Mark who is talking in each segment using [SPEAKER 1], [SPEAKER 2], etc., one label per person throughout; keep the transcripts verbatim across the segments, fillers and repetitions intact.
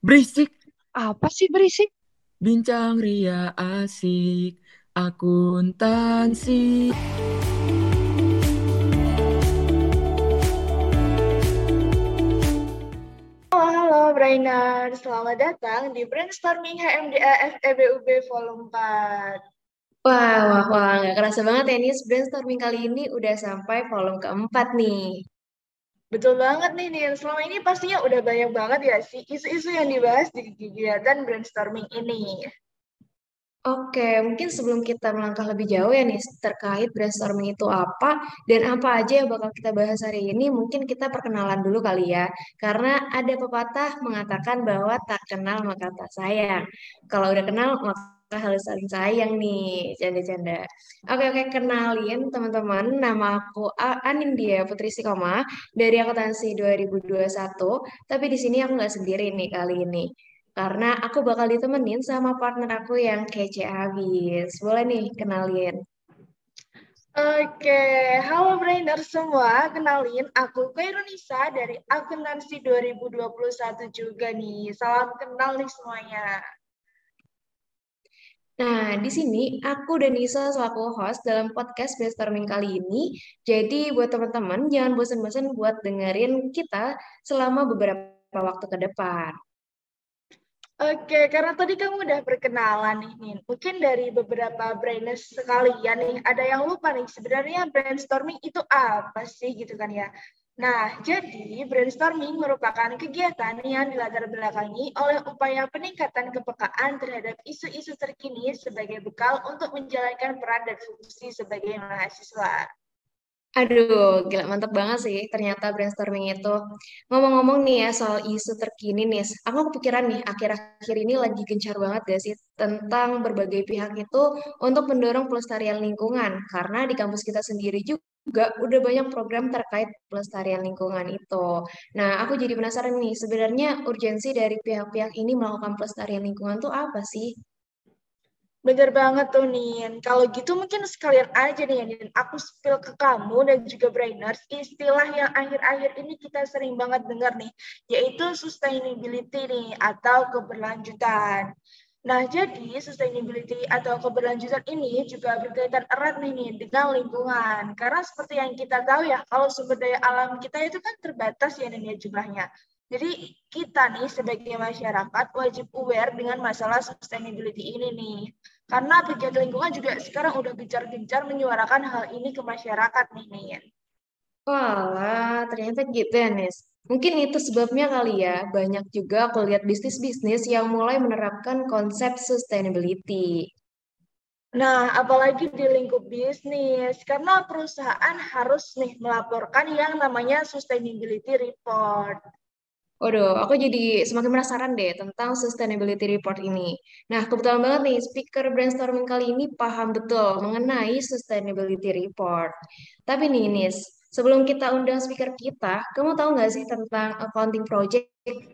[SPEAKER 1] Berisik,
[SPEAKER 2] Apa sih berisik?
[SPEAKER 1] bincang ria asik, akuntansi.
[SPEAKER 2] Halo, halo Brainer. Selamat datang di Brainstorming H M D A F E B U B Volume empat.
[SPEAKER 3] Wah, wah, wah, nggak kerasa banget ya nih, brainstorming kali ini udah sampai volume keempat nih.
[SPEAKER 2] Betul banget nih, Nin. Selama ini pastinya udah banyak banget ya sih isu-isu yang dibahas di kegiatan brainstorming ini.
[SPEAKER 3] Oke, mungkin sebelum kita melangkah lebih jauh ya nih, terkait brainstorming itu apa, dan apa aja yang bakal kita bahas hari ini, mungkin kita perkenalan dulu kali ya. Karena ada pepatah mengatakan bahwa tak kenal maka tak sayang. Kalau udah kenal, maka harus saling sayang nih, canda-canda. Oke, oke, kenalin teman-teman, nama aku A- Anindya Putri Sikoma dari Akuntansi dua ribu dua puluh satu, tapi di sini aku nggak sendiri nih kali ini. Karena aku bakal ditemenin sama partner aku yang kece abis. Boleh nih kenalin.
[SPEAKER 2] Oke, halo Brainer semua. Kenalin, aku Kairunisa dari Akuntansi dua ribu dua puluh satu juga nih. Salam kenal nih semuanya.
[SPEAKER 3] Nah, di sini aku dan Nisa selaku host dalam podcast brainstorming kali ini. Jadi buat teman-teman jangan bosan-bosan buat dengerin kita selama beberapa waktu ke depan.
[SPEAKER 2] Oke, karena tadi kamu udah perkenalan nih, Nin. Mungkin dari beberapa brainers sekalian nih, ada yang lupa nih, sebenarnya brainstorming itu apa sih gitu kan ya. Nah, jadi brainstorming merupakan kegiatan yang dilatar belakangi oleh upaya peningkatan kepekaan terhadap isu-isu terkini sebagai bekal untuk menjalankan peran dan fungsi sebagai mahasiswa.
[SPEAKER 3] Aduh, gila mantep banget sih ternyata brainstorming itu. Ngomong-ngomong nih ya soal isu terkini nih, aku kepikiran nih akhir-akhir ini lagi gencar banget gak sih tentang berbagai pihak itu untuk mendorong pelestarian lingkungan. Karena di kampus kita sendiri juga udah banyak program terkait pelestarian lingkungan itu. Nah, aku jadi penasaran nih, sebenarnya urgensi dari pihak-pihak ini melakukan pelestarian lingkungan tuh apa sih?
[SPEAKER 2] Bener banget tuh, Nin. Kalau gitu mungkin sekalian aja nih, Nin. Aku spill ke kamu dan juga Brainers istilah yang akhir-akhir ini kita sering banget dengar nih, yaitu sustainability nih, atau keberlanjutan. Nah, jadi sustainability atau keberlanjutan ini juga berkaitan erat nih, nih dengan lingkungan. Karena seperti yang kita tahu ya, kalau sumber daya alam kita itu kan terbatas ya, Nin, ya jumlahnya. Jadi kita nih sebagai masyarakat wajib aware dengan masalah sustainability ini nih. Karena pegiat lingkungan juga sekarang udah gencar-gencar menyuarakan hal ini ke masyarakat nih, Nin.
[SPEAKER 3] Walah, ternyata gitu ya, Nis. Mungkin itu sebabnya kali ya, banyak juga aku lihat bisnis-bisnis yang mulai menerapkan konsep sustainability.
[SPEAKER 2] Nah, apalagi di lingkup bisnis, karena perusahaan harus nih melaporkan yang namanya sustainability report.
[SPEAKER 3] Waduh, aku jadi semakin penasaran deh tentang sustainability report ini. Nah, kebetulan banget nih, speaker brainstorming kali ini paham betul mengenai sustainability report. Tapi nih, Nis, sebelum kita undang speaker kita, kamu tahu nggak sih tentang accounting project?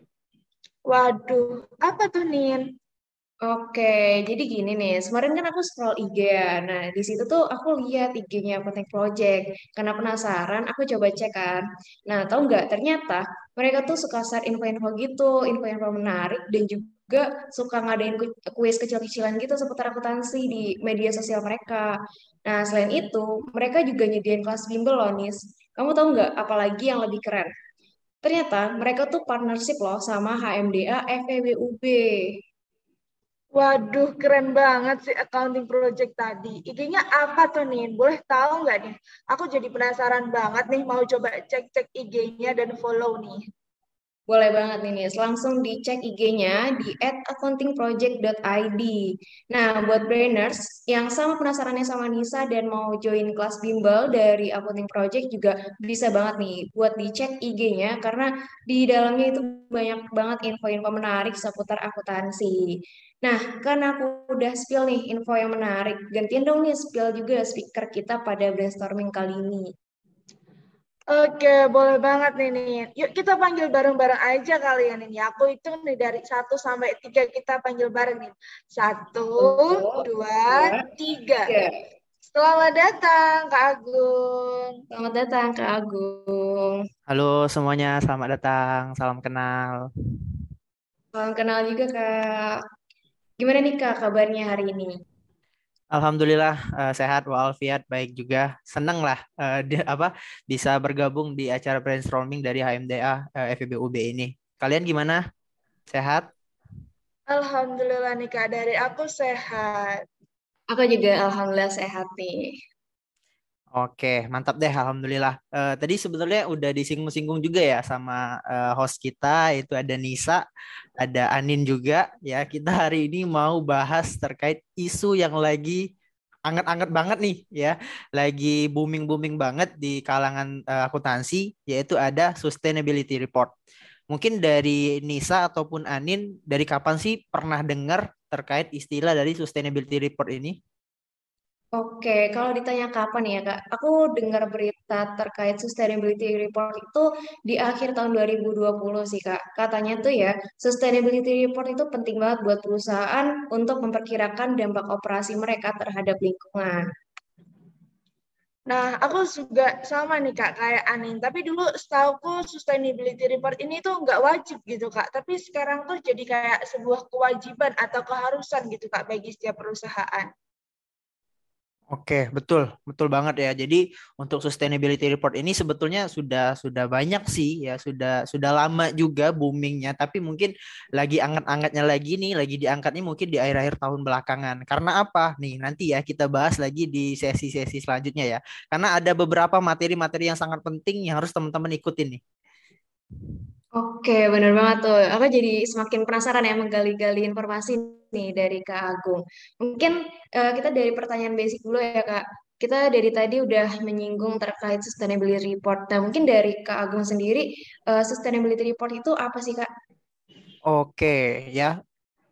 [SPEAKER 2] Waduh, apa tuh, Nin?
[SPEAKER 3] Oke, jadi gini nih, kemarin kan aku scroll I G ya. Nah, di situ tuh aku lihat I G-nya Kontek Project. Karena penasaran, aku coba cek kan. Nah, tahu nggak? Ternyata mereka tuh suka share info-info gitu, info-info menarik, dan juga suka ngadain ku- kuis kecil-kecilan gitu seputar akuntansi di media sosial mereka. Nah, selain itu, mereka juga nyediain kelas bimbel loh, Nis. Kamu tahu nggak, apalagi yang lebih keren? Ternyata mereka tuh partnership loh sama H M D A F E B U B.
[SPEAKER 2] Waduh, keren banget sih accounting project tadi. I G-nya apa tuh, Nin? Boleh tahu nggak nih? Aku jadi penasaran banget nih, mau coba cek-cek I G-nya dan follow nih.
[SPEAKER 3] Boleh banget nih, Nis. Langsung dicek I G-nya di at accountingproject dot i d. Nah, buat brainers yang sama penasarannya sama Nisa dan mau join kelas bimbel dari Accounting Project juga bisa banget nih buat dicek I G-nya karena di dalamnya itu banyak banget info-info menarik seputar akuntansi. Nah, karena aku udah spill nih info yang menarik, gantian dong nih spill juga speaker kita pada brainstorming kali ini.
[SPEAKER 2] Oke, boleh banget nih, Nin. Yuk kita panggil bareng-bareng aja kali ya, Nin. Ya, aku hitung nih dari satu sampai tiga kita panggil bareng nih. Satu,
[SPEAKER 3] Satu,
[SPEAKER 2] dua,
[SPEAKER 3] dua,
[SPEAKER 2] tiga.
[SPEAKER 3] tiga.
[SPEAKER 2] Selamat datang, Kak Agung.
[SPEAKER 3] Selamat datang, Kak Agung.
[SPEAKER 1] Halo semuanya, selamat datang, salam kenal.
[SPEAKER 3] Salam kenal juga Kak. Gimana nih Kak kabarnya hari ini?
[SPEAKER 4] Alhamdulillah eh, sehat walafiat baik juga. Seneng lah eh, di- apa bisa bergabung di acara brainstorming dari H M D A eh, F E B U B ini. Kalian gimana? Sehat?
[SPEAKER 2] Alhamdulillah nih Kak, dari aku sehat.
[SPEAKER 3] Aku juga alhamdulillah sehat nih.
[SPEAKER 4] Oke, mantap deh, alhamdulillah. Eh, tadi sebenarnya udah disinggung-singgung juga ya sama eh, host kita, itu ada Nisa, ada Anin juga. Ya, kita hari ini mau bahas terkait isu yang lagi anget-anget banget nih, ya, lagi booming-booming banget di kalangan eh, akuntansi, yaitu ada sustainability report. Mungkin dari Nisa ataupun Anin, dari kapan sih pernah dengar terkait istilah dari sustainability report ini?
[SPEAKER 3] Oke, kalau ditanya kapan ya Kak, aku dengar berita terkait sustainability report itu di akhir tahun dua ribu dua puluh sih Kak. Katanya tuh ya, sustainability report itu penting banget buat perusahaan untuk memperkirakan dampak operasi mereka terhadap lingkungan.
[SPEAKER 2] Nah, aku juga sama nih Kak, kayak Anin. Tapi dulu setauku sustainability report ini tuh nggak wajib gitu Kak. Tapi sekarang tuh jadi kayak sebuah kewajiban atau keharusan gitu Kak bagi setiap perusahaan.
[SPEAKER 4] Oke, betul, betul banget ya. Jadi untuk sustainability report ini sebetulnya sudah sudah banyak sih ya, sudah sudah lama juga boomingnya. Tapi mungkin lagi anget-angetnya lagi nih, lagi diangkatnya mungkin di akhir-akhir tahun belakangan. Karena apa? Nih nanti ya kita bahas lagi di sesi-sesi selanjutnya ya. Karena ada beberapa materi-materi yang sangat penting yang harus teman-teman ikutin nih.
[SPEAKER 3] Oke, bener banget tuh. Aku jadi semakin penasaran ya menggali-gali informasi nih dari Kak Agung. Mungkin eh, kita dari pertanyaan basic dulu ya Kak. Kita dari tadi udah menyinggung terkait sustainability report. Nah, mungkin dari Kak Agung sendiri, eh, sustainability report itu apa sih Kak?
[SPEAKER 4] Oke ya.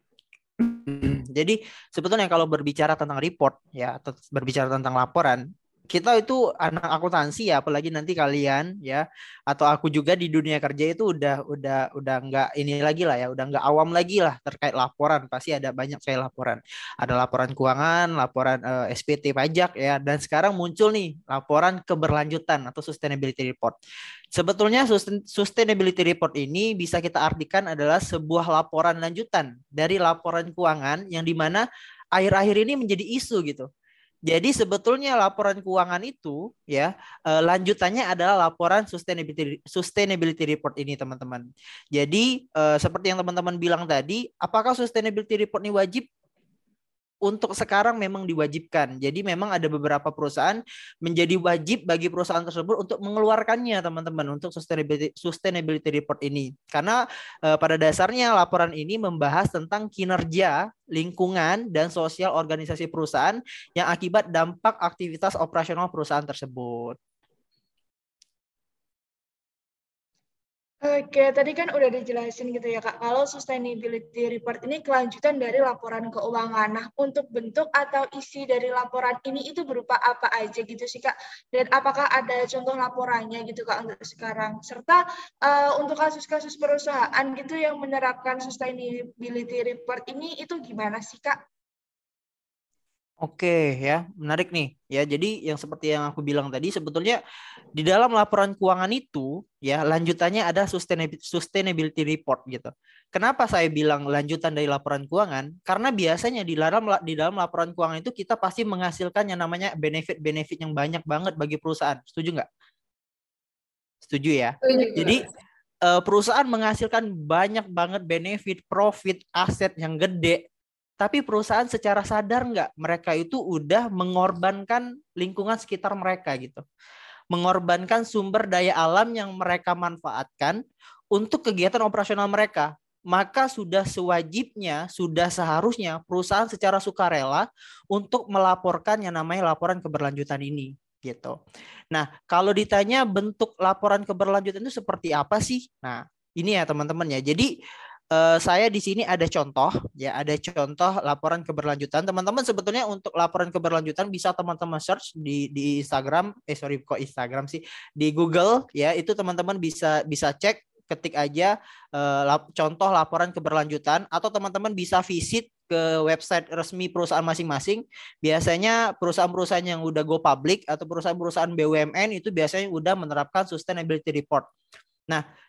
[SPEAKER 4] Jadi sebetulnya kalau berbicara tentang report ya atau berbicara tentang laporan, kita itu anak akuntansi ya, apalagi nanti kalian ya atau aku juga di dunia kerja itu udah udah udah nggak ini lagi lah ya, udah nggak awam lagi lah terkait laporan. Pasti ada banyak sekali laporan. Ada laporan keuangan, laporan eh, S P T pajak ya, dan sekarang muncul nih laporan keberlanjutan atau sustainability report. Sebetulnya sustainability report ini bisa kita artikan adalah sebuah laporan lanjutan dari laporan keuangan yang dimana akhir-akhir ini menjadi isu gitu. Jadi sebetulnya laporan keuangan itu ya eh, lanjutannya adalah laporan sustainability sustainability report ini teman-teman. Jadi eh, seperti yang teman-teman bilang tadi, apakah sustainability report ini wajib? Untuk sekarang memang diwajibkan. Jadi memang ada beberapa perusahaan menjadi wajib bagi perusahaan tersebut untuk mengeluarkannya teman-teman untuk sustainability sustainability report ini. Karena eh, pada dasarnya laporan ini membahas tentang kinerja lingkungan dan sosial organisasi perusahaan yang akibat dampak aktivitas operasional perusahaan tersebut.
[SPEAKER 2] Oke, tadi kan udah dijelasin gitu ya Kak, kalau sustainability report ini kelanjutan dari laporan keuangan. Nah, untuk bentuk atau isi dari laporan ini itu berupa apa aja gitu sih Kak? Dan apakah ada contoh laporannya gitu Kak untuk sekarang? Serta uh, untuk kasus-kasus perusahaan gitu yang menerapkan sustainability report ini itu gimana sih Kak?
[SPEAKER 4] Oke ya, menarik nih ya. Jadi yang seperti yang aku bilang tadi sebetulnya di dalam laporan keuangan itu ya lanjutannya ada sustainability, sustainability report gitu. Kenapa saya bilang lanjutan dari laporan keuangan? Karena biasanya di dalam di dalam laporan keuangan itu kita pasti menghasilkan yang namanya benefit-benefit yang banyak banget bagi perusahaan. Setuju nggak? Setuju ya. Jadi eh, perusahaan menghasilkan banyak banget benefit, profit, aset yang gede. Tapi perusahaan secara sadar nggak mereka itu udah mengorbankan lingkungan sekitar mereka gitu. Mengorbankan sumber daya alam yang mereka manfaatkan untuk kegiatan operasional mereka. Maka sudah sewajibnya, sudah seharusnya perusahaan secara sukarela untuk melaporkan yang namanya laporan keberlanjutan ini gitu. Nah, kalau ditanya bentuk laporan keberlanjutan itu seperti apa sih? Nah, ini ya teman-teman ya. Jadi Uh, saya di sini ada contoh ya, ada contoh laporan keberlanjutan. Teman-teman sebetulnya untuk laporan keberlanjutan bisa teman-teman search di di Instagram, eh sorry kok Instagram sih, di Google ya. Itu teman-teman bisa bisa cek, ketik aja uh, lap, contoh laporan keberlanjutan, atau teman-teman bisa visit ke website resmi perusahaan masing-masing. Biasanya perusahaan-perusahaan yang udah go public atau perusahaan-perusahaan B U M N itu biasanya udah menerapkan sustainability report. Nah,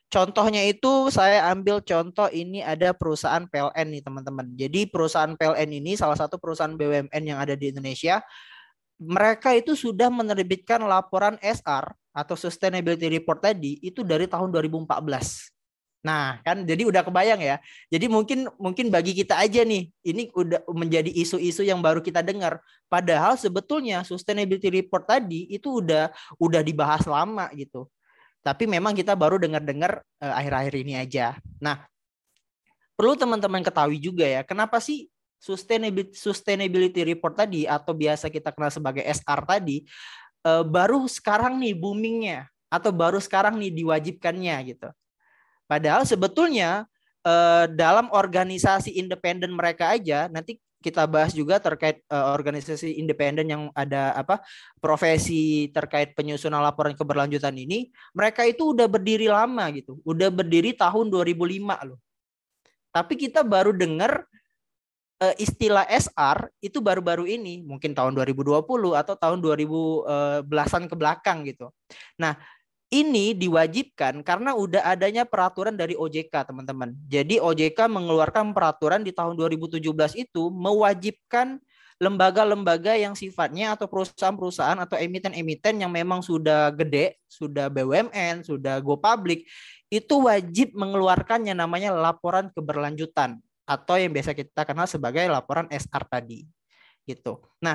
[SPEAKER 4] Contohnya itu saya ambil contoh ini ada perusahaan P L N nih teman-teman. Jadi perusahaan P L N ini salah satu perusahaan B U M N yang ada di Indonesia. Mereka itu sudah menerbitkan laporan S R atau Sustainability Report tadi itu dari tahun dua ribu empat belas. Nah, kan jadi udah kebayang ya. Jadi mungkin mungkin bagi kita aja nih, ini udah menjadi isu-isu yang baru kita dengar. Padahal sebetulnya Sustainability Report tadi itu udah udah dibahas lama gitu. Tapi memang kita baru dengar-dengar uh, akhir-akhir ini aja. Nah, perlu teman-teman ketahui juga ya, kenapa sih sustainability, sustainability report tadi atau biasa kita kenal sebagai S R tadi uh, baru sekarang nih boomingnya atau baru sekarang nih diwajibkannya gitu. Padahal sebetulnya uh, dalam organisasi independen mereka aja nanti kita bahas juga terkait uh, organisasi independen yang ada apa profesi terkait penyusunan laporan keberlanjutan ini, mereka itu udah berdiri lama gitu, udah berdiri tahun dua ribu lima loh. Tapi kita baru dengar uh, istilah S R itu baru-baru ini, mungkin tahun dua ribu dua puluh atau tahun dua ribu belasan ke belakang gitu. Nah, ini diwajibkan karena udah adanya peraturan dari O J K, teman-teman. Jadi O J K mengeluarkan peraturan di tahun dua ribu tujuh belas itu mewajibkan lembaga-lembaga yang sifatnya atau perusahaan-perusahaan atau emiten-emiten yang memang sudah gede, sudah B U M N, sudah go public, itu wajib mengeluarkan yang namanya laporan keberlanjutan atau yang biasa kita kenal sebagai laporan S R tadi. Gitu. Nah,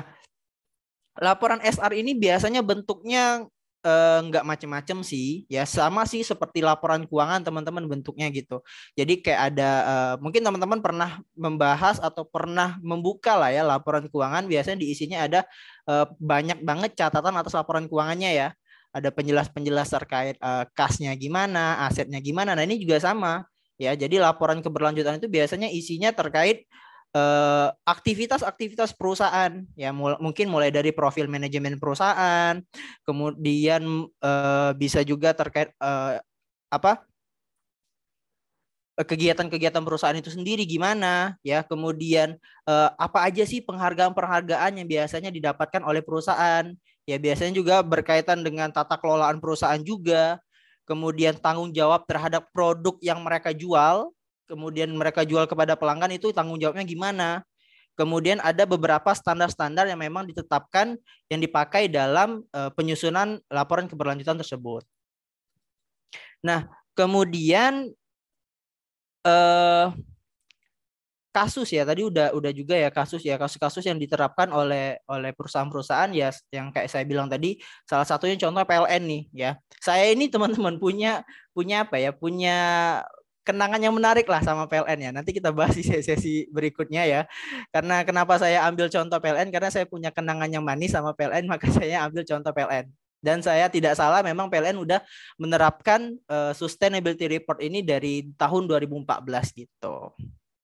[SPEAKER 4] laporan S R ini biasanya bentuknya nggak uh, macam-macam sih ya, sama sih seperti laporan keuangan teman-teman bentuknya gitu. Jadi kayak ada uh, mungkin teman-teman pernah membahas atau pernah membuka lah ya laporan keuangan, biasanya diisinya ada uh, banyak banget catatan atas laporan keuangannya ya, ada penjelas-penjelas terkait uh, kasnya gimana, asetnya gimana. Nah ini juga sama ya, jadi laporan keberlanjutan itu biasanya isinya terkait Uh, aktivitas-aktivitas perusahaan ya, mul- mungkin mulai dari profil manajemen perusahaan, kemudian uh, bisa juga terkait uh, apa kegiatan-kegiatan perusahaan itu sendiri gimana ya, kemudian uh, apa aja sih penghargaan-penghargaan yang biasanya didapatkan oleh perusahaan ya, biasanya juga berkaitan dengan tata kelolaan perusahaan juga, kemudian tanggung jawab terhadap produk yang mereka jual, kemudian mereka jual kepada pelanggan itu tanggung jawabnya gimana. Kemudian ada beberapa standar-standar yang memang ditetapkan yang dipakai dalam uh, penyusunan laporan keberlanjutan tersebut. Nah, kemudian uh, kasus ya, tadi udah udah juga ya kasus ya, kasus-kasus yang diterapkan oleh oleh perusahaan-perusahaan ya, yang kayak saya bilang tadi, salah satunya contoh P L N nih ya. Saya ini teman-teman punya punya apa ya, punya kenangan yang menarik lah sama P L N ya. Nanti kita bahas di sesi berikutnya ya. Karena kenapa saya ambil contoh P L N? Karena saya punya kenangan yang manis sama P L N, maka saya ambil contoh P L N. Dan saya tidak salah, memang P L N udah menerapkan uh, Sustainability Report ini dari tahun dua ribu empat belas gitu.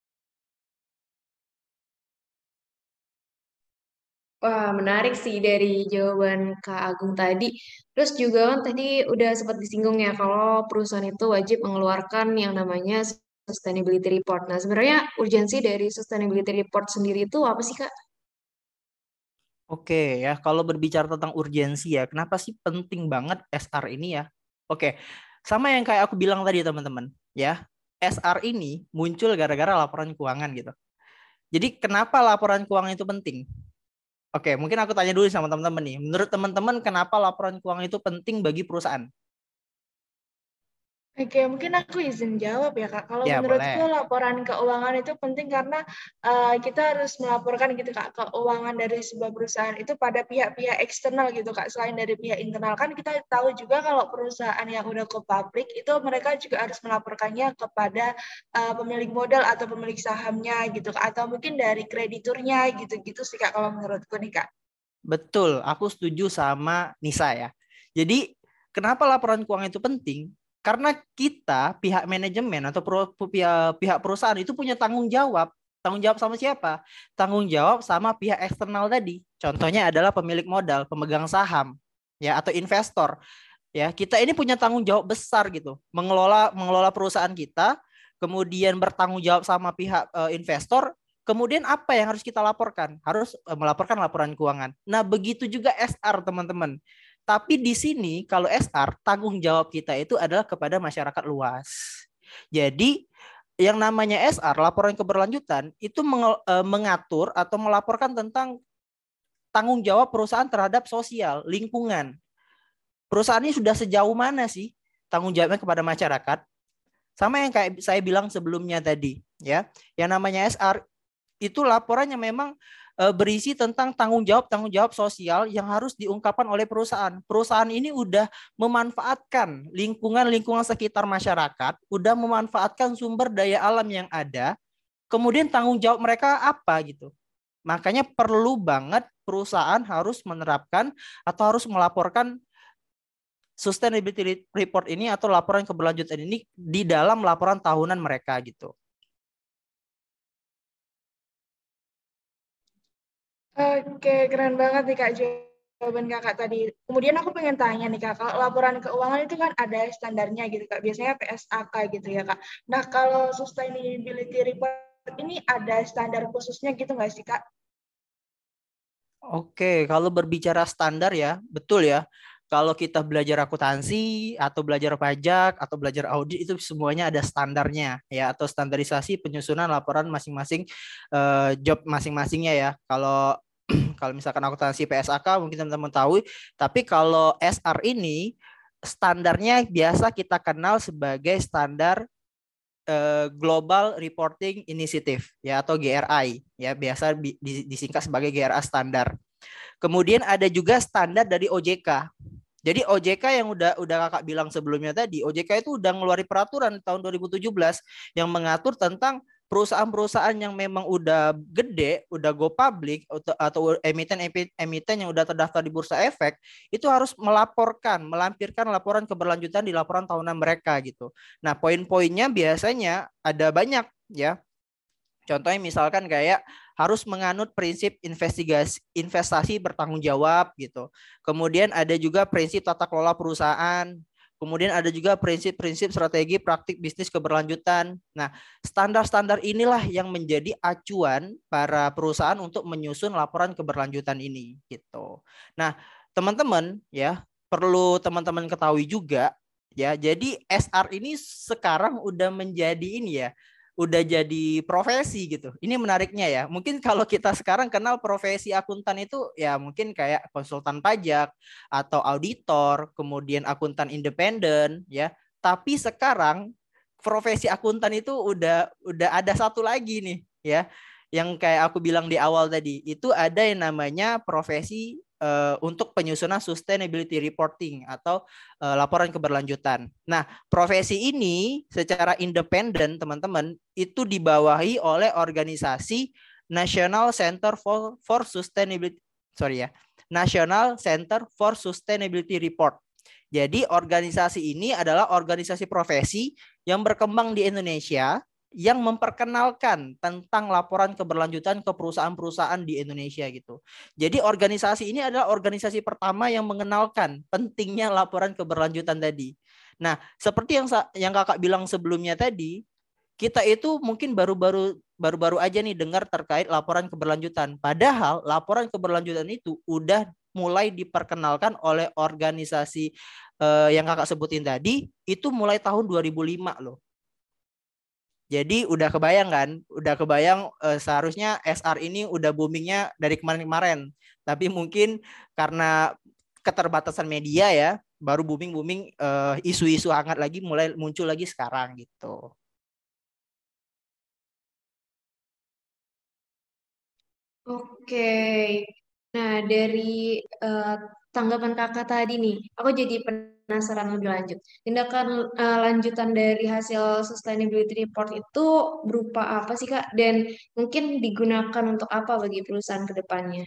[SPEAKER 3] Wah, menarik sih dari jawaban Kak Agung tadi. Terus juga kan tadi udah sempat disinggung ya kalau perusahaan itu wajib mengeluarkan yang namanya sustainability report. Nah, sebenarnya urgensi dari sustainability report sendiri itu apa sih, Kak?
[SPEAKER 4] Oke ya, kalau berbicara tentang urgensi ya, kenapa sih penting banget S R ini ya? Oke, sama yang kayak aku bilang tadi teman-teman ya, S R ini muncul gara-gara laporan keuangan gitu. Jadi kenapa laporan keuangan itu penting? Oke, mungkin aku tanya dulu sama teman-teman nih. Menurut teman-teman, kenapa laporan keuangan itu penting bagi perusahaan?
[SPEAKER 2] Oke, mungkin aku izin jawab ya, Kak. Kalau
[SPEAKER 4] Ya,
[SPEAKER 2] menurutku
[SPEAKER 4] boleh.
[SPEAKER 2] laporan keuangan itu penting karena uh, kita harus melaporkan gitu, Kak, keuangan dari sebuah perusahaan itu pada pihak-pihak eksternal gitu, Kak. Selain dari pihak internal, kan kita tahu juga kalau perusahaan yang udah ke publik itu mereka juga harus melaporkannya kepada uh, pemilik modal atau pemilik sahamnya gitu, Kak. Atau mungkin dari krediturnya gitu-gitu sih, Kak, kalau menurutku nih, Kak.
[SPEAKER 4] Betul, aku setuju sama Nisa ya. Jadi, kenapa laporan keuangan itu penting? Karena kita, pihak manajemen atau pihak, pihak perusahaan itu punya tanggung jawab. Tanggung jawab sama siapa? Tanggung jawab sama pihak eksternal tadi. Contohnya adalah pemilik modal, pemegang saham, ya, atau investor. Ya, kita ini punya tanggung jawab besar gitu, mengelola mengelola perusahaan kita, kemudian bertanggung jawab sama pihak uh, investor. Kemudian apa yang harus kita laporkan? Harus uh, melaporkan laporan keuangan. Nah, begitu juga S R, teman-teman. Tapi di sini kalau S R, tanggung jawab kita itu adalah kepada masyarakat luas. Jadi yang namanya S R, laporan keberlanjutan, itu mengatur atau melaporkan tentang tanggung jawab perusahaan terhadap sosial, lingkungan. Perusahaan ini sudah sejauh mana sih tanggung jawabnya kepada masyarakat? Sama yang kayak saya bilang sebelumnya tadi, ya. Yang namanya S R itu laporannya memang e, berisi tentang tanggung jawab tanggung jawab sosial yang harus diungkapkan oleh perusahaan. Perusahaan ini udah memanfaatkan lingkungan-lingkungan sekitar masyarakat, udah memanfaatkan sumber daya alam yang ada. Kemudian tanggung jawab mereka apa gitu? Makanya perlu banget perusahaan harus menerapkan atau harus melaporkan sustainability report ini atau laporan keberlanjutan ini di dalam laporan tahunan mereka gitu.
[SPEAKER 2] Oke, keren banget nih Kak jawaban Kakak tadi. Kemudian aku pengen tanya nih Kak, kalau laporan keuangan itu kan ada standarnya gitu Kak, biasanya P S A K gitu ya Kak. Nah kalau sustainability report ini ada standar khususnya gitu nggak sih Kak?
[SPEAKER 4] Oke, kalau berbicara standar ya, betul ya. Kalau kita belajar akuntansi atau belajar pajak atau belajar audit itu semuanya ada standarnya ya atau standarisasi penyusunan laporan masing-masing uh, job masing-masingnya ya. Kalau kalau misalkan akuntansi P S A K mungkin teman-teman tahu, tapi kalau S R ini standarnya biasa kita kenal sebagai standar uh, Global Reporting Initiative ya atau G R I ya, biasa disingkat sebagai G R A standar. Kemudian ada juga standar dari O J K. Jadi O J K yang udah udah Kakak bilang sebelumnya tadi, O J K itu udah ngeluarin peraturan tahun dua ribu tujuh belas yang mengatur tentang perusahaan-perusahaan yang memang udah gede, udah go public atau emiten-emiten yang udah terdaftar di Bursa Efek itu harus melaporkan, melampirkan laporan keberlanjutan di laporan tahunan mereka gitu. Nah, poin-poinnya biasanya ada banyak ya. Contohnya misalkan kayak harus menganut prinsip investigasi investasi bertanggung jawab gitu. Kemudian ada juga prinsip tata kelola perusahaan. Kemudian ada juga prinsip-prinsip strategi praktik bisnis keberlanjutan. Nah, standar-standar inilah yang menjadi acuan para perusahaan untuk menyusun laporan keberlanjutan ini gitu. Nah, teman-teman ya, perlu teman-teman ketahui juga ya. Jadi S R ini sekarang udah menjadi ini ya, udah jadi profesi gitu. Ini menariknya ya. Mungkin kalau kita sekarang kenal profesi akuntan itu ya mungkin kayak konsultan pajak atau auditor, kemudian akuntan independen ya. Tapi sekarang profesi akuntan itu udah udah ada satu lagi nih ya. Yang kayak aku bilang di awal tadi, itu ada yang namanya profesi uh, untuk penyusunan sustainability reporting atau uh, laporan keberlanjutan. Nah, profesi ini secara independen, teman-teman, itu dibawahi oleh organisasi National Center for, for Sustainability, sorry ya, National Center for Sustainability Report. Jadi organisasi ini adalah organisasi profesi yang berkembang di Indonesia yang memperkenalkan tentang laporan keberlanjutan ke perusahaan-perusahaan di Indonesia gitu. Jadi organisasi ini adalah organisasi pertama yang mengenalkan pentingnya laporan keberlanjutan tadi. Nah, seperti yang yang Kakak bilang sebelumnya tadi, kita itu mungkin baru-baru baru-baru aja nih dengar terkait laporan keberlanjutan. Padahal laporan keberlanjutan itu udah mulai diperkenalkan oleh organisasi eh, yang Kakak sebutin tadi itu mulai tahun dua ribu lima loh. Jadi udah kebayang kan, udah kebayang eh, seharusnya S R ini udah boomingnya dari kemarin-kemarin. Tapi mungkin karena keterbatasan media ya, baru booming-booming eh, isu-isu hangat lagi mulai muncul lagi sekarang gitu.
[SPEAKER 3] Oke, nah dari uh, tanggapan kakak tadi nih, aku jadi penasaran lebih lanjut. Tindakan uh, lanjutan dari hasil sustainability report itu berupa apa sih Kak? Dan mungkin digunakan untuk apa bagi perusahaan ke depannya?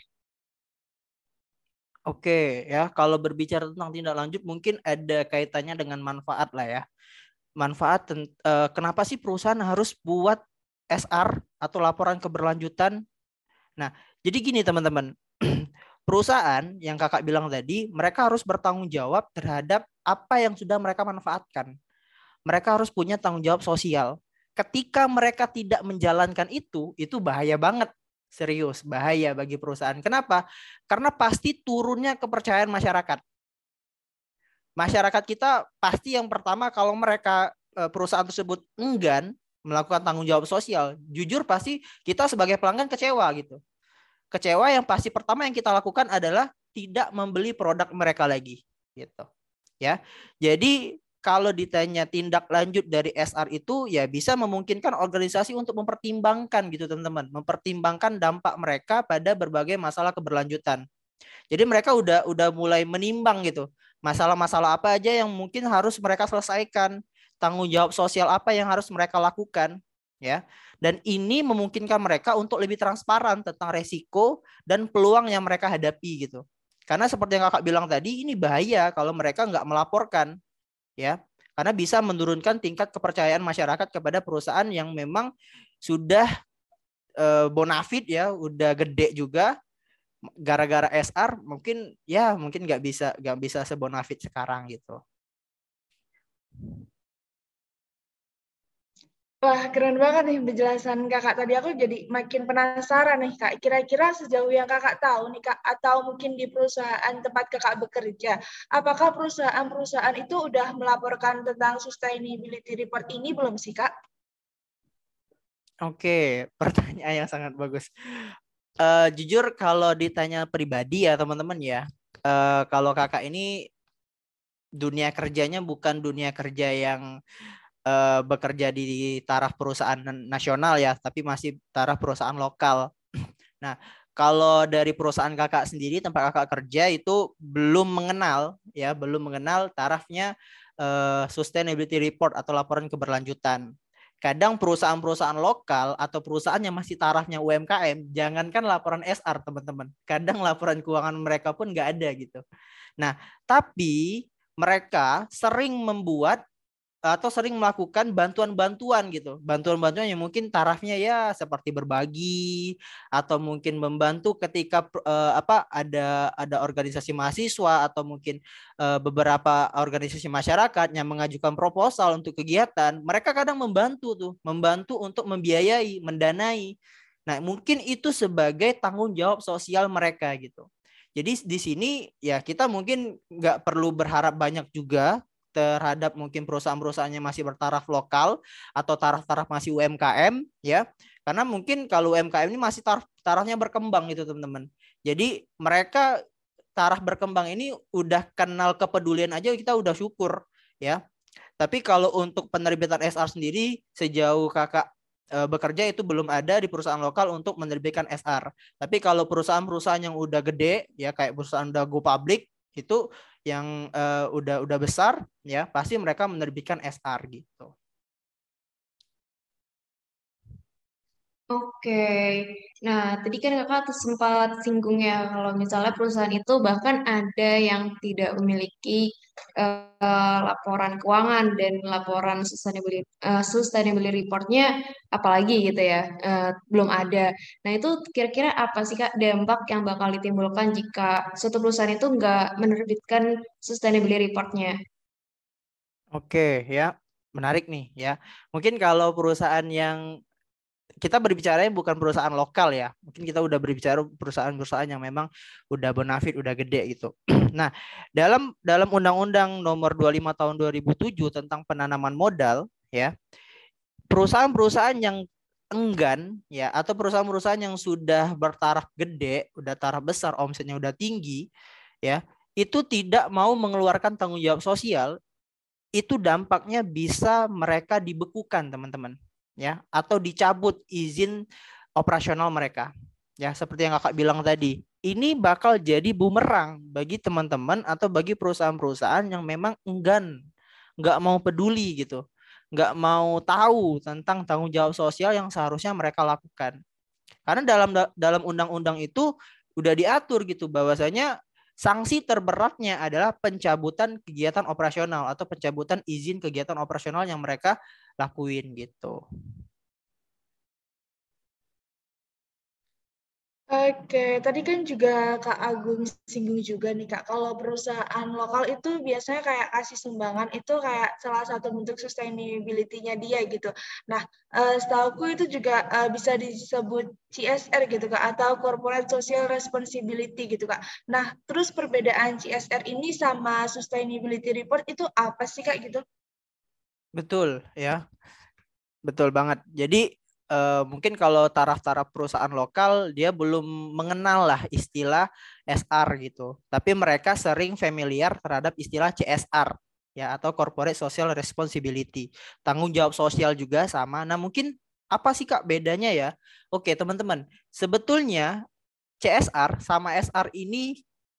[SPEAKER 4] Oke ya, kalau berbicara tentang tindak lanjut mungkin ada kaitannya dengan manfaat lah ya. Manfaat, uh, kenapa sih perusahaan harus buat S R atau laporan keberlanjutan? Nah, jadi gini teman-teman, perusahaan yang kakak bilang tadi, mereka harus bertanggung jawab terhadap apa yang sudah mereka manfaatkan. Mereka harus punya tanggung jawab sosial. Ketika mereka tidak menjalankan itu, itu bahaya banget. Serius, bahaya bagi perusahaan. Kenapa? Karena pasti turunnya kepercayaan masyarakat. masyarakat kita pasti yang pertama kalau mereka eh, perusahaan tersebut enggan melakukan tanggung jawab sosial, jujur pasti kita sebagai pelanggan kecewa gitu. Kecewa yang pasti pertama yang kita lakukan adalah tidak membeli produk mereka lagi gitu. Ya. Jadi kalau ditanya tindak lanjut dari S R itu ya bisa memungkinkan organisasi untuk mempertimbangkan gitu teman-teman, mempertimbangkan dampak mereka pada berbagai masalah keberlanjutan. Jadi mereka udah udah mulai menimbang gitu, masalah-masalah apa aja yang mungkin harus mereka selesaikan, tanggung jawab sosial apa yang harus mereka lakukan, ya. Dan ini memungkinkan mereka untuk lebih transparan tentang resiko dan peluang yang mereka hadapi gitu. Karena seperti yang kakak bilang tadi, ini bahaya kalau mereka nggak melaporkan, ya, karena bisa menurunkan tingkat kepercayaan masyarakat kepada perusahaan yang memang sudah eh, bonafit ya, udah gede juga. Gara-gara S R mungkin ya mungkin nggak bisa nggak bisa sebonafit sekarang gitu.
[SPEAKER 2] Wah, keren banget nih penjelasan kakak tadi. Aku jadi makin penasaran nih kak. Kira-kira sejauh yang kakak tahu nih kak, atau mungkin di perusahaan tempat kakak bekerja, apakah perusahaan-perusahaan itu udah melaporkan tentang sustainability report ini belum sih kak?
[SPEAKER 4] Oke, pertanyaan yang sangat bagus. Uh, jujur kalau ditanya pribadi ya teman-teman ya, uh, kalau kakak ini dunia kerjanya bukan dunia kerja yang uh, bekerja di taraf perusahaan nasional ya, tapi masih taraf perusahaan lokal. Nah, kalau dari perusahaan kakak sendiri, tempat kakak kerja itu belum mengenal ya, belum mengenal tarafnya uh, sustainability report atau laporan keberlanjutan. Kadang perusahaan-perusahaan lokal atau perusahaan yang masih tarafnya U M K M, jangankan laporan S R teman-teman, kadang laporan keuangan mereka pun nggak ada gitu. Nah, tapi mereka sering membuat atau sering melakukan bantuan-bantuan gitu. Bantuan-bantuan yang mungkin tarafnya ya seperti berbagi atau mungkin membantu ketika uh, apa ada ada organisasi mahasiswa atau mungkin uh, beberapa organisasi masyarakat yang mengajukan proposal untuk kegiatan, mereka kadang membantu tuh, membantu untuk membiayai, mendanai. Nah, mungkin itu sebagai tanggung jawab sosial mereka gitu. Jadi di sini ya kita mungkin nggak perlu berharap banyak juga terhadap mungkin perusahaan-perusahaan yang masih bertaraf lokal atau taraf-taraf masih U M K M ya. Karena mungkin kalau U M K M ini masih taraf tarafnya berkembang gitu teman-teman. Jadi mereka taraf berkembang ini udah kenal kepedulian aja kita udah syukur ya. Tapi kalau untuk penerbitan S R sendiri sejauh kakak e, bekerja itu belum ada di perusahaan lokal untuk menerbitkan S R. Tapi kalau perusahaan-perusahaan yang udah gede ya kayak perusahaan udah go public itu yang uh, udah udah besar ya pasti mereka menerbitkan S R gitu.
[SPEAKER 3] Oke, nah tadi kan kakak tuh sempat singgung ya kalau misalnya perusahaan itu bahkan ada yang tidak memiliki eh, laporan keuangan dan laporan sustainability, eh, sustainability reportnya apalagi gitu ya, eh, belum ada. Nah itu kira-kira apa sih kak dampak yang bakal ditimbulkan jika suatu perusahaan itu nggak menerbitkan sustainability reportnya?
[SPEAKER 4] Oke ya, menarik nih ya. Mungkin kalau perusahaan yang kita berbicara bukan perusahaan lokal ya. Mungkin kita udah berbicara perusahaan-perusahaan yang memang udah bonafit, udah gede gitu. Nah, dalam dalam Undang-Undang Nomor dua puluh lima Tahun dua ribu tujuh tentang penanaman modal ya, perusahaan-perusahaan yang enggan ya atau perusahaan-perusahaan yang sudah bertaraf gede, udah taraf besar, omsetnya udah tinggi ya, itu tidak mau mengeluarkan tanggung jawab sosial, itu dampaknya bisa mereka dibekukan teman-teman ya atau dicabut izin operasional mereka ya seperti yang kakak bilang tadi. Ini bakal jadi bumerang bagi teman-teman atau bagi perusahaan-perusahaan yang memang enggan, nggak mau peduli gitu, nggak mau tahu tentang tanggung jawab sosial yang seharusnya mereka lakukan. Karena dalam dalam undang-undang itu udah diatur gitu bahwasanya sanksi terberatnya adalah pencabutan kegiatan operasional atau pencabutan izin kegiatan operasional yang mereka lakuin gitu.
[SPEAKER 2] Oke, tadi kan juga Kak Agung singgung juga nih Kak, kalau perusahaan lokal itu biasanya kayak kasih sumbangan itu kayak salah satu bentuk sustainability-nya dia gitu. Nah, eh, setahuku itu juga eh, bisa disebut C S R gitu Kak, atau Corporate Social Responsibility gitu Kak. Nah, terus perbedaan C S R ini sama Sustainability Report itu apa sih Kak gitu?
[SPEAKER 4] Betul ya, betul banget. Jadi eh, mungkin kalau taraf-taraf perusahaan lokal dia belum mengenal lah istilah S R gitu. Tapi mereka sering familiar terhadap istilah C S R ya, atau Corporate Social Responsibility. Tanggung jawab sosial juga sama. Nah, mungkin apa sih Kak bedanya ya? Oke, teman-teman. Sebetulnya C S R sama S R ini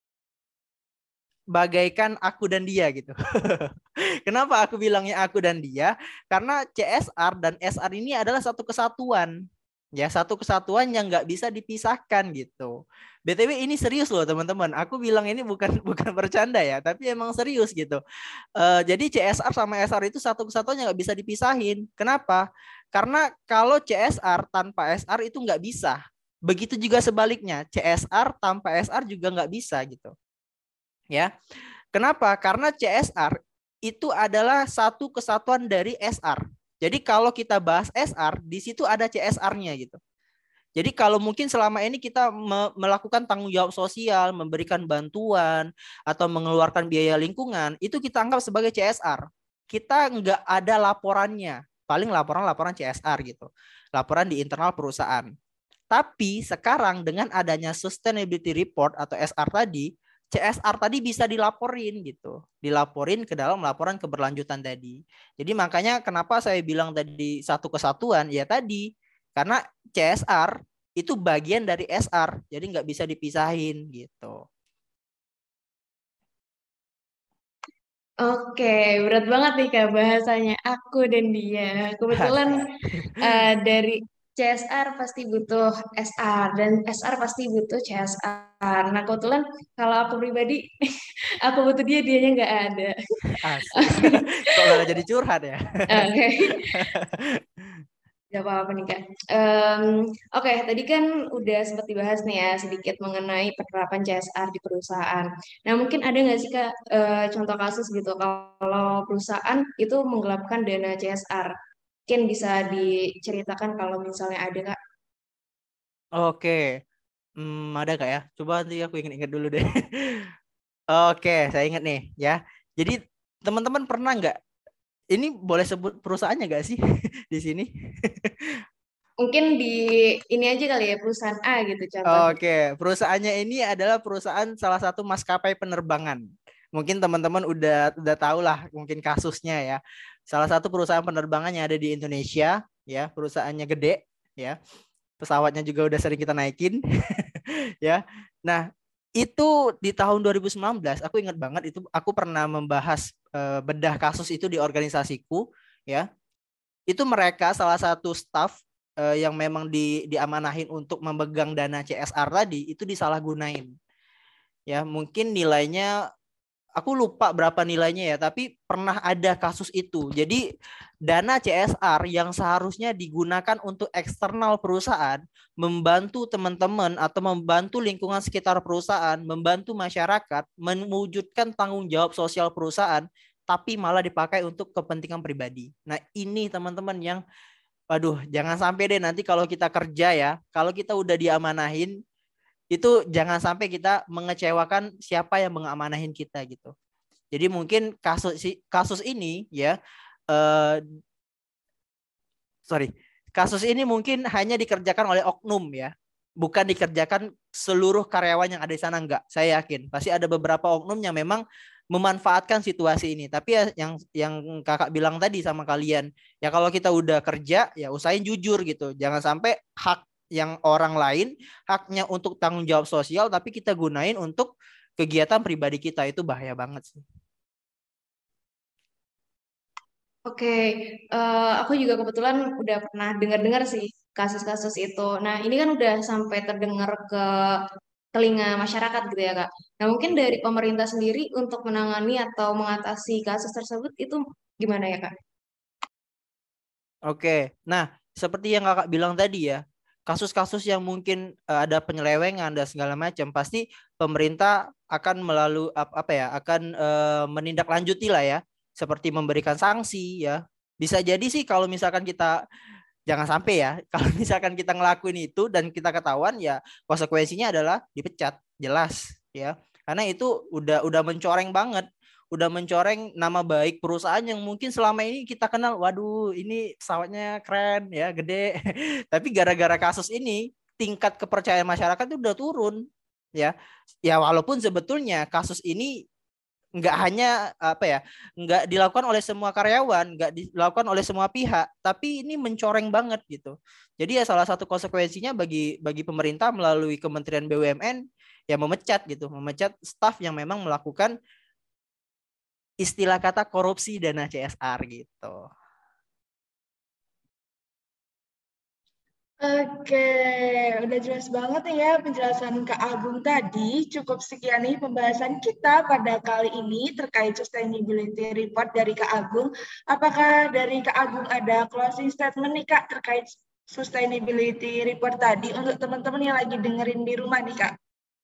[SPEAKER 4] bagaikan aku dan dia gitu. Kenapa aku bilangnya aku dan dia? Karena C S R dan S R ini adalah satu kesatuan. Ya, satu kesatuan yang nggak bisa dipisahkan gitu. B T W ini serius loh teman-teman. Aku bilang ini bukan bukan bercanda ya, tapi emang serius gitu. Uh, jadi C S R sama S R itu satu kesatuan yang nggak bisa dipisahin. Kenapa? Karena kalau C S R tanpa S R itu nggak bisa. Begitu juga sebaliknya, C S R tanpa S R juga nggak bisa gitu. Ya, kenapa? Karena C S R itu adalah satu kesatuan dari S R. Jadi kalau kita bahas S R, di situ ada C S R-nya gitu. Jadi kalau mungkin selama ini kita me- melakukan tanggung jawab sosial, memberikan bantuan, atau mengeluarkan biaya lingkungan, itu kita anggap sebagai C S R. Kita nggak ada laporannya. Paling laporan-laporan C S R gitu. Laporan di internal perusahaan. Tapi sekarang dengan adanya Sustainability Report atau S R tadi, C S R tadi bisa dilaporin gitu. Dilaporin ke dalam laporan keberlanjutan tadi. Jadi makanya kenapa saya bilang tadi satu kesatuan, ya tadi. Karena C S R itu bagian dari S R. Jadi nggak bisa dipisahin gitu.
[SPEAKER 3] Oke, berat banget nih Kak bahasanya aku dan dia. Kebetulan
[SPEAKER 4] Asik.
[SPEAKER 3] eh, dari C S R pasti butuh S R dan S R pasti butuh C S R. Nah, kebetulan kalau aku pribadi aku butuh dia, dianya nggak ada.
[SPEAKER 4] Asik. Kok malah jadi curhat ya?
[SPEAKER 3] Oke, gak apa-apa nih Kak. Em, Oke, tadi kan udah sempat dibahas nih ya sedikit mengenai penerapan C S R di perusahaan. Nah, mungkin ada nggak sih Kak eh, contoh kasus gitu kalau perusahaan itu menggelapkan dana C S R? Mungkin bisa diceritakan kalau misalnya ada Kak.
[SPEAKER 4] Oke. Hmm, ada gak ya? Coba nanti aku ingat-ingat dulu deh. Oke, saya ingat nih ya. Jadi teman-teman pernah nggak? Ini boleh sebut perusahaannya nggak sih di sini?
[SPEAKER 3] Mungkin di ini aja kali ya, perusahaan A gitu contohnya.
[SPEAKER 4] Oke, perusahaannya ini adalah perusahaan salah satu maskapai penerbangan. Mungkin teman-teman udah udah tahu lah mungkin kasusnya ya. Salah satu perusahaan penerbangan yang ada di Indonesia ya, perusahaannya gede ya. Pesawatnya juga udah sering kita naikin ya. Nah, itu di tahun dua ribu sembilan belas aku ingat banget itu aku pernah membahas eh, bedah kasus itu di organisasiku ya. Itu mereka salah satu staff eh, yang memang di, diamanahin untuk memegang dana C S R tadi itu disalahgunain. Ya, mungkin nilainya aku lupa berapa nilainya ya, tapi pernah ada kasus itu. Jadi dana C S R yang seharusnya digunakan untuk eksternal perusahaan, membantu teman-teman atau membantu lingkungan sekitar perusahaan, membantu masyarakat, mewujudkan tanggung jawab sosial perusahaan, tapi malah dipakai untuk kepentingan pribadi. Nah, ini teman-teman yang waduh, jangan sampai deh nanti kalau kita kerja ya, kalau kita udah diamanahin, itu jangan sampai kita mengecewakan siapa yang mengamanahin kita gitu. Jadi mungkin kasus kasus ini ya, eh, sorry, kasus ini mungkin hanya dikerjakan oleh oknum ya, bukan dikerjakan seluruh karyawan yang ada di sana, enggak. Saya yakin pasti ada beberapa oknum yang memang memanfaatkan situasi ini. Tapi ya yang yang kakak bilang tadi sama kalian, ya kalau kita udah kerja ya usahain jujur gitu. Jangan sampai hak yang orang lain, haknya untuk tanggung jawab sosial tapi kita gunain untuk kegiatan pribadi kita, itu bahaya banget sih.
[SPEAKER 3] Oke, eh, aku juga kebetulan udah pernah dengar-dengar sih kasus-kasus itu. Nah, ini kan udah sampai terdengar ke telinga masyarakat gitu ya, Kak. Nah, mungkin dari pemerintah sendiri untuk menangani atau mengatasi kasus tersebut itu gimana ya, Kak?
[SPEAKER 4] Oke, nah seperti yang kakak bilang tadi ya, kasus-kasus yang mungkin uh, ada penyelewengan dan segala macam, pasti pemerintah akan melalui apa ya, akan uh, menindaklanjuti lah ya, seperti memberikan sanksi ya. Bisa jadi sih kalau misalkan kita jangan sampai ya, kalau misalkan kita ngelakuin itu dan kita ketahuan ya konsekuensinya adalah dipecat, jelas ya. Karena itu udah udah mencoreng banget, udah mencoreng nama baik perusahaan yang mungkin selama ini kita kenal, waduh ini pesawatnya keren ya, gede. Tapi gara-gara kasus ini tingkat kepercayaan masyarakat itu udah turun ya. Ya walaupun sebetulnya kasus ini nggak hanya apa ya, nggak dilakukan oleh semua karyawan, nggak dilakukan oleh semua pihak, tapi ini mencoreng banget gitu. Jadi ya salah satu konsekuensinya bagi bagi pemerintah melalui Kementerian B U M N ya memecat gitu, memecat staf yang memang melakukan istilah kata korupsi dana C S R gitu.
[SPEAKER 2] Oke, udah jelas banget nih ya penjelasan Kak Agung tadi. Cukup sekian nih pembahasan kita pada kali ini terkait sustainability report dari Kak Agung. Apakah dari Kak Agung ada closing statement nih Kak terkait sustainability report tadi untuk teman-teman yang lagi dengerin di rumah nih Kak?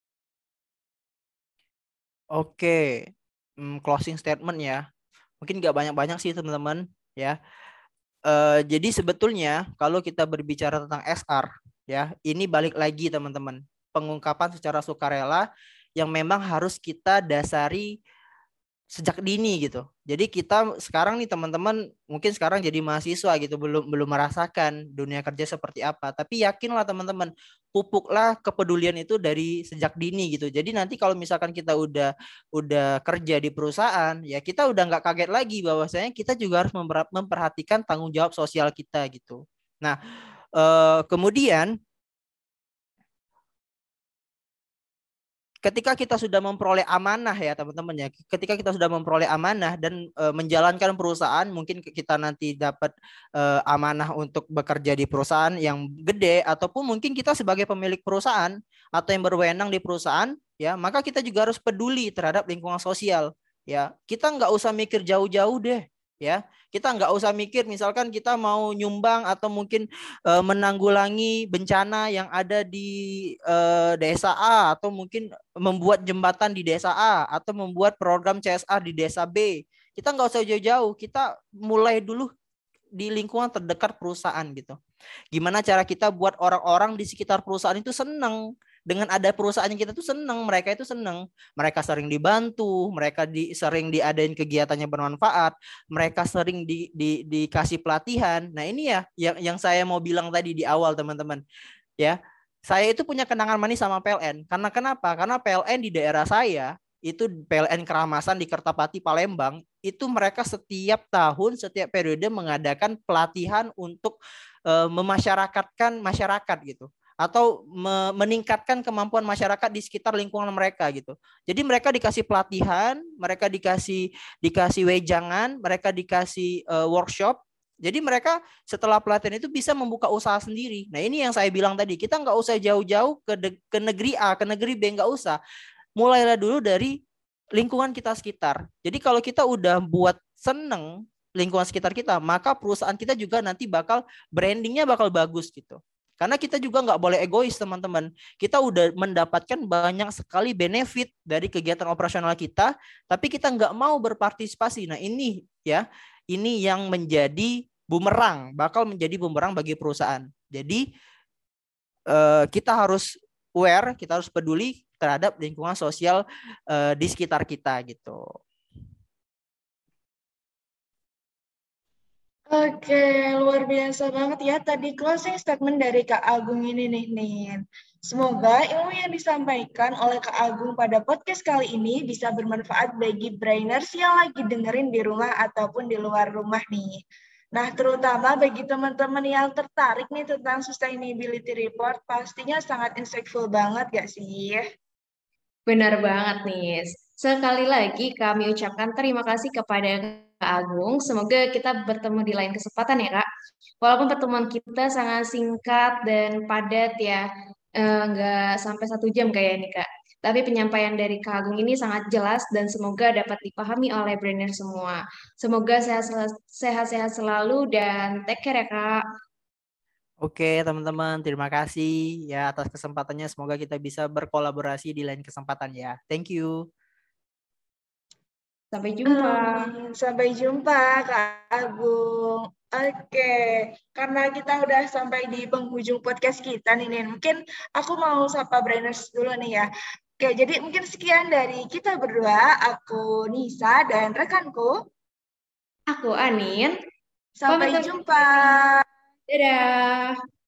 [SPEAKER 4] Oke, hmm, closing statement ya. Mungkin nggak banyak-banyak sih teman-teman ya. Uh, jadi sebetulnya kalau kita berbicara tentang S R ya, ini balik lagi teman-teman, pengungkapan secara sukarela yang memang harus kita dasari sejak dini gitu. Jadi kita sekarang nih teman-teman mungkin sekarang jadi mahasiswa gitu, belum belum merasakan dunia kerja seperti apa. Tapi yakinlah teman-teman, pupuklah kepedulian itu dari sejak dini gitu. Jadi nanti kalau misalkan kita udah udah kerja di perusahaan, ya kita udah nggak kaget lagi bahwasanya kita juga harus memperhatikan tanggung jawab sosial kita gitu. Nah, eh, kemudian ketika kita sudah memperoleh amanah ya teman-teman ya, ketika kita sudah memperoleh amanah dan e, menjalankan perusahaan, mungkin kita nanti dapat e, amanah untuk bekerja di perusahaan yang gede, ataupun mungkin kita sebagai pemilik perusahaan atau yang berwenang di perusahaan ya, maka kita juga harus peduli terhadap lingkungan sosial ya. Kita nggak usah mikir jauh-jauh deh ya. Kita nggak usah mikir misalkan kita mau nyumbang atau mungkin e, menanggulangi bencana yang ada di e, desa A, atau mungkin membuat jembatan di desa A, atau membuat program C S R di desa B. Kita nggak usah jauh-jauh, kita mulai dulu di lingkungan terdekat perusahaan gitu. Gimana cara kita buat orang-orang di sekitar perusahaan itu senang dengan ada perusahaan yang kita tuh senang, mereka itu senang, mereka sering dibantu, mereka di, sering diadain kegiatannya bermanfaat, mereka sering di, di, dikasih pelatihan. Nah ini ya yang, yang saya mau bilang tadi di awal teman-teman ya, saya itu punya kenangan manis sama P L N. Karena kenapa? Karena P L N di daerah saya itu P L N Keramasan di Kertapati Palembang, itu mereka setiap tahun, setiap periode mengadakan pelatihan untuk uh, memasyarakatkan masyarakat gitu, atau me- meningkatkan kemampuan masyarakat di sekitar lingkungan mereka gitu. Jadi mereka dikasih pelatihan, mereka dikasih dikasih wejangan, mereka dikasih uh, workshop. Jadi mereka setelah pelatihan itu bisa membuka usaha sendiri. Nah ini yang saya bilang tadi, kita nggak usah jauh-jauh ke, de- ke negeri A, ke negeri B, nggak usah. Mulailah dulu dari lingkungan kita sekitar. Jadi kalau kita udah buat seneng lingkungan sekitar kita, maka perusahaan kita juga nanti bakal brandingnya bakal bagus gitu. Karena kita juga nggak boleh egois teman-teman. Kita udah mendapatkan banyak sekali benefit dari kegiatan operasional kita, tapi kita nggak mau berpartisipasi. Nah ini ya, ini yang menjadi bumerang, bakal menjadi bumerang bagi perusahaan. Jadi eh, kita harus aware, kita harus peduli terhadap lingkungan sosial eh, di sekitar kita gitu.
[SPEAKER 2] Oke, luar biasa banget ya tadi closing statement dari Kak Agung ini nih, Nin. Semoga ilmu yang disampaikan oleh Kak Agung pada podcast kali ini bisa bermanfaat bagi brainers yang lagi dengerin di rumah ataupun di luar rumah nih. Nah, terutama bagi teman-teman yang tertarik nih tentang sustainability report, pastinya sangat insightful banget gak sih?
[SPEAKER 3] Benar banget nih. Sekali lagi kami ucapkan terima kasih kepada Kak Agung. Semoga kita bertemu di lain kesempatan ya Kak. Walaupun pertemuan kita sangat singkat dan padat ya, eh, nggak sampai satu jam kayak ini Kak. Tapi penyampaian dari Kak Agung ini sangat jelas dan semoga dapat dipahami oleh brainer semua. Semoga sehat-sehat selalu dan take care ya Kak.
[SPEAKER 4] Oke, teman-teman, terima kasih ya atas kesempatannya. Semoga kita bisa berkolaborasi di lain kesempatan ya. Thank you.
[SPEAKER 3] Sampai jumpa.
[SPEAKER 2] Amin. Sampai jumpa, Kak Agung. Oke, karena kita udah sampai di penghujung podcast kita nih, Nin. Mungkin aku mau sapa Brainers dulu nih ya. Oke, jadi mungkin sekian dari kita berdua, aku Nisa dan rekanku.
[SPEAKER 3] Aku Anin.
[SPEAKER 2] Sampai
[SPEAKER 3] Pamit undur
[SPEAKER 2] jumpa.
[SPEAKER 3] diri. Dadah.